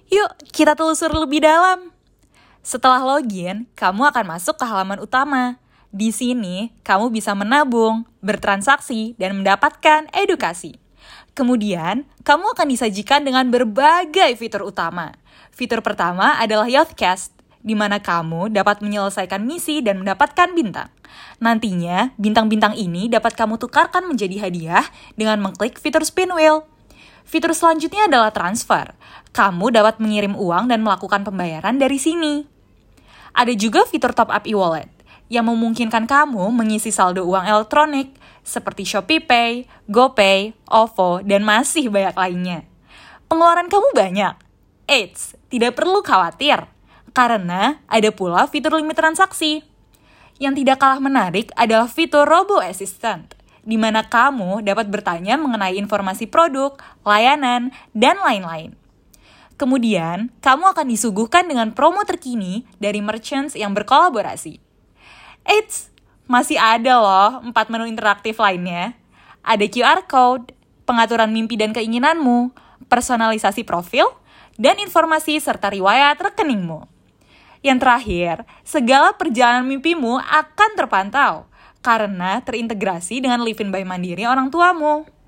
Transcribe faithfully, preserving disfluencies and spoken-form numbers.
Yuk, kita telusur lebih dalam. Setelah login, kamu akan masuk ke halaman utama. Di sini, kamu bisa menabung, bertransaksi, dan mendapatkan edukasi. Kemudian, kamu akan disajikan dengan berbagai fitur utama. Fitur pertama adalah Youthcast, di mana kamu dapat menyelesaikan misi dan mendapatkan bintang. Nantinya, bintang-bintang ini dapat kamu tukarkan menjadi hadiah dengan mengklik fitur spin wheel. Fitur selanjutnya adalah transfer. Kamu dapat mengirim uang dan melakukan pembayaran dari sini. Ada juga fitur top up e-wallet yang memungkinkan kamu mengisi saldo uang elektronik seperti ShopeePay, GoPay, OVO, dan masih banyak lainnya. Pengeluaran kamu banyak? Eits, tidak perlu khawatir, karena ada pula fitur limit transaksi. Yang tidak kalah menarik adalah fitur Robo Assistant, di mana kamu dapat bertanya mengenai informasi produk, layanan, dan lain-lain. Kemudian, kamu akan disuguhkan dengan promo terkini dari merchants yang berkolaborasi. Eits, masih ada loh empat menu interaktif lainnya. Ada Q R Code, pengaturan mimpi dan keinginanmu, personalisasi profil, dan informasi serta riwayat rekeningmu. Yang terakhir, segala perjalanan mimpimu akan terpantau karena terintegrasi dengan Livin by Mandiri orang tuamu.